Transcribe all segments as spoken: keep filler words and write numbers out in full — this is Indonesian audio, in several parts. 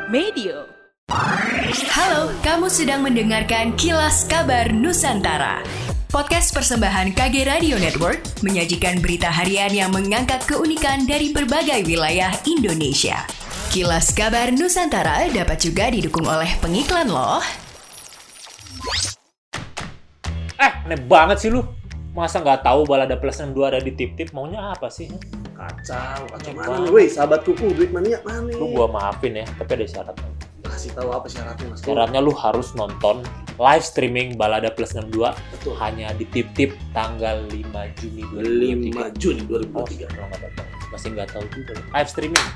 Medio. Halo, kamu sedang mendengarkan Kilas Kabar Nusantara. Podcast persembahan K G Radio Network menyajikan berita harian yang mengangkat keunikan dari berbagai wilayah Indonesia. Kilas Kabar Nusantara dapat juga didukung oleh pengiklan loh. Eh, aneh banget sih lu. Masa nggak tahu Balada Plus enam puluh dua ada di Tip-Tip? Maunya apa sih? Kacau, kacau mana lu, weh, sahabat kuku, duit mania mana? Lu gua maafin ya, tapi ada syaratnya. Kasih tahu apa syaratnya, Mas? Syaratnya lu harus nonton live streaming Balada Plus enam puluh dua. Betul. Hanya di Tip-Tip tanggal lima Juni dua ribu dua puluh tiga. lima Juni dua ribu dua Oh, puluh tiga. kalau nggak datang. Masih nggak tahu juga. Live streaming.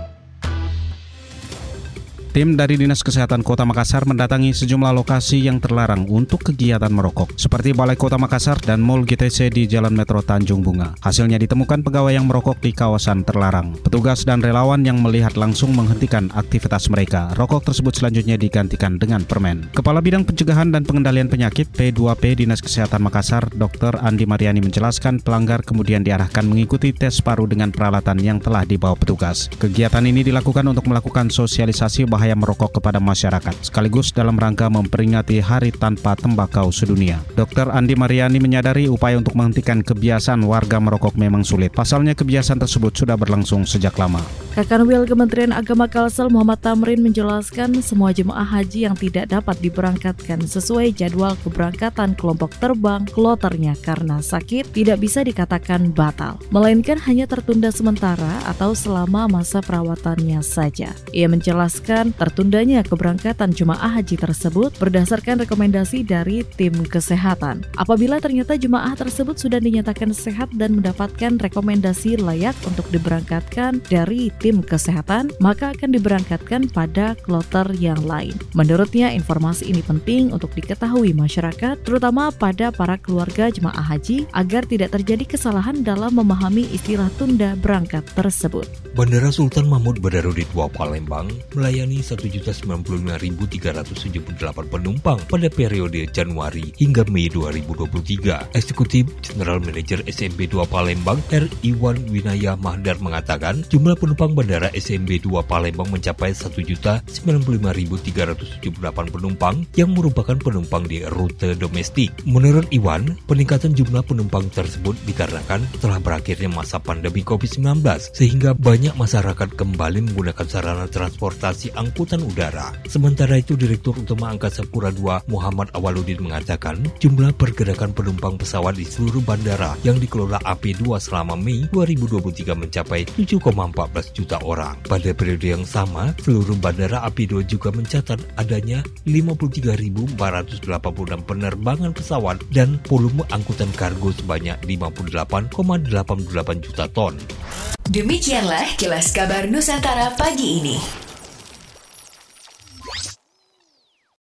Tim dari Dinas Kesehatan Kota Makassar mendatangi sejumlah lokasi yang terlarang untuk kegiatan merokok, seperti Balai Kota Makassar dan Mall G T C di Jalan Metro Tanjung Bunga. Hasilnya ditemukan pegawai yang merokok di kawasan terlarang. Petugas dan relawan yang melihat langsung menghentikan aktivitas mereka. Rokok tersebut selanjutnya digantikan dengan permen. Kepala Bidang Pencegahan dan Pengendalian Penyakit P dua P Dinas Kesehatan Makassar, Dokter Andi Mariani menjelaskan pelanggar kemudian diarahkan mengikuti tes paru dengan peralatan yang telah dibawa petugas. Kegiatan ini dilakukan untuk melakukan sosialisasi bahaya merokok kepada masyarakat, sekaligus dalam rangka memperingati Hari Tanpa Tembakau Sedunia. Dokter Andi Mariani menyadari upaya untuk menghentikan kebiasaan warga merokok memang sulit. Pasalnya kebiasaan tersebut sudah berlangsung sejak lama. Kakanwil Kementerian Agama Kalsel Muhammad Tamrin menjelaskan semua jemaah haji yang tidak dapat diberangkatkan sesuai jadwal keberangkatan kelompok terbang kloternya karena sakit tidak bisa dikatakan batal, melainkan hanya tertunda sementara atau selama masa perawatannya saja. Ia menjelaskan tertundanya keberangkatan jemaah haji tersebut berdasarkan rekomendasi dari tim kesehatan. Apabila ternyata jemaah tersebut sudah dinyatakan sehat dan mendapatkan rekomendasi layak untuk diberangkatkan dari tim kesehatan, maka akan diberangkatkan pada kloter yang lain. Menurutnya, informasi ini penting untuk diketahui masyarakat, terutama pada para keluarga jemaah haji, agar tidak terjadi kesalahan dalam memahami istilah tunda berangkat tersebut. Bandara Sultan Mahmud Badarudin dua Palembang melayani satu juta sembilan puluh lima ribu tiga ratus tujuh puluh delapan penumpang pada periode Januari hingga Mei dua ribu dua puluh tiga. Eksekutif General Manager S M B dua Palembang R. Iwan Winaya Mahdar mengatakan jumlah penumpang Bandara S M B dua Palembang mencapai satu juta sembilan puluh lima ribu tiga ratus tujuh puluh delapan penumpang yang merupakan penumpang di rute domestik. Menurut Iwan, peningkatan jumlah penumpang tersebut dikarenakan setelah berakhirnya masa pandemi covid sembilan belas sehingga banyak masyarakat kembali menggunakan sarana transportasi angkutan udara. Sementara itu, Direktur Utama Angkasa Pura dua Muhammad Awaludin mengatakan jumlah pergerakan penumpang pesawat di seluruh bandara yang dikelola A P dua selama Mei dua ribu dua puluh tiga mencapai tujuh koma empat belas juta orang. Pada periode yang sama, seluruh bandara A P dua juga mencatat adanya lima puluh tiga ribu empat ratus delapan puluh enam penerbangan pesawat dan volume angkutan kargo sebanyak lima puluh delapan koma delapan puluh delapan juta ton. Demikianlah Kilas Kabar Nusantara pagi ini.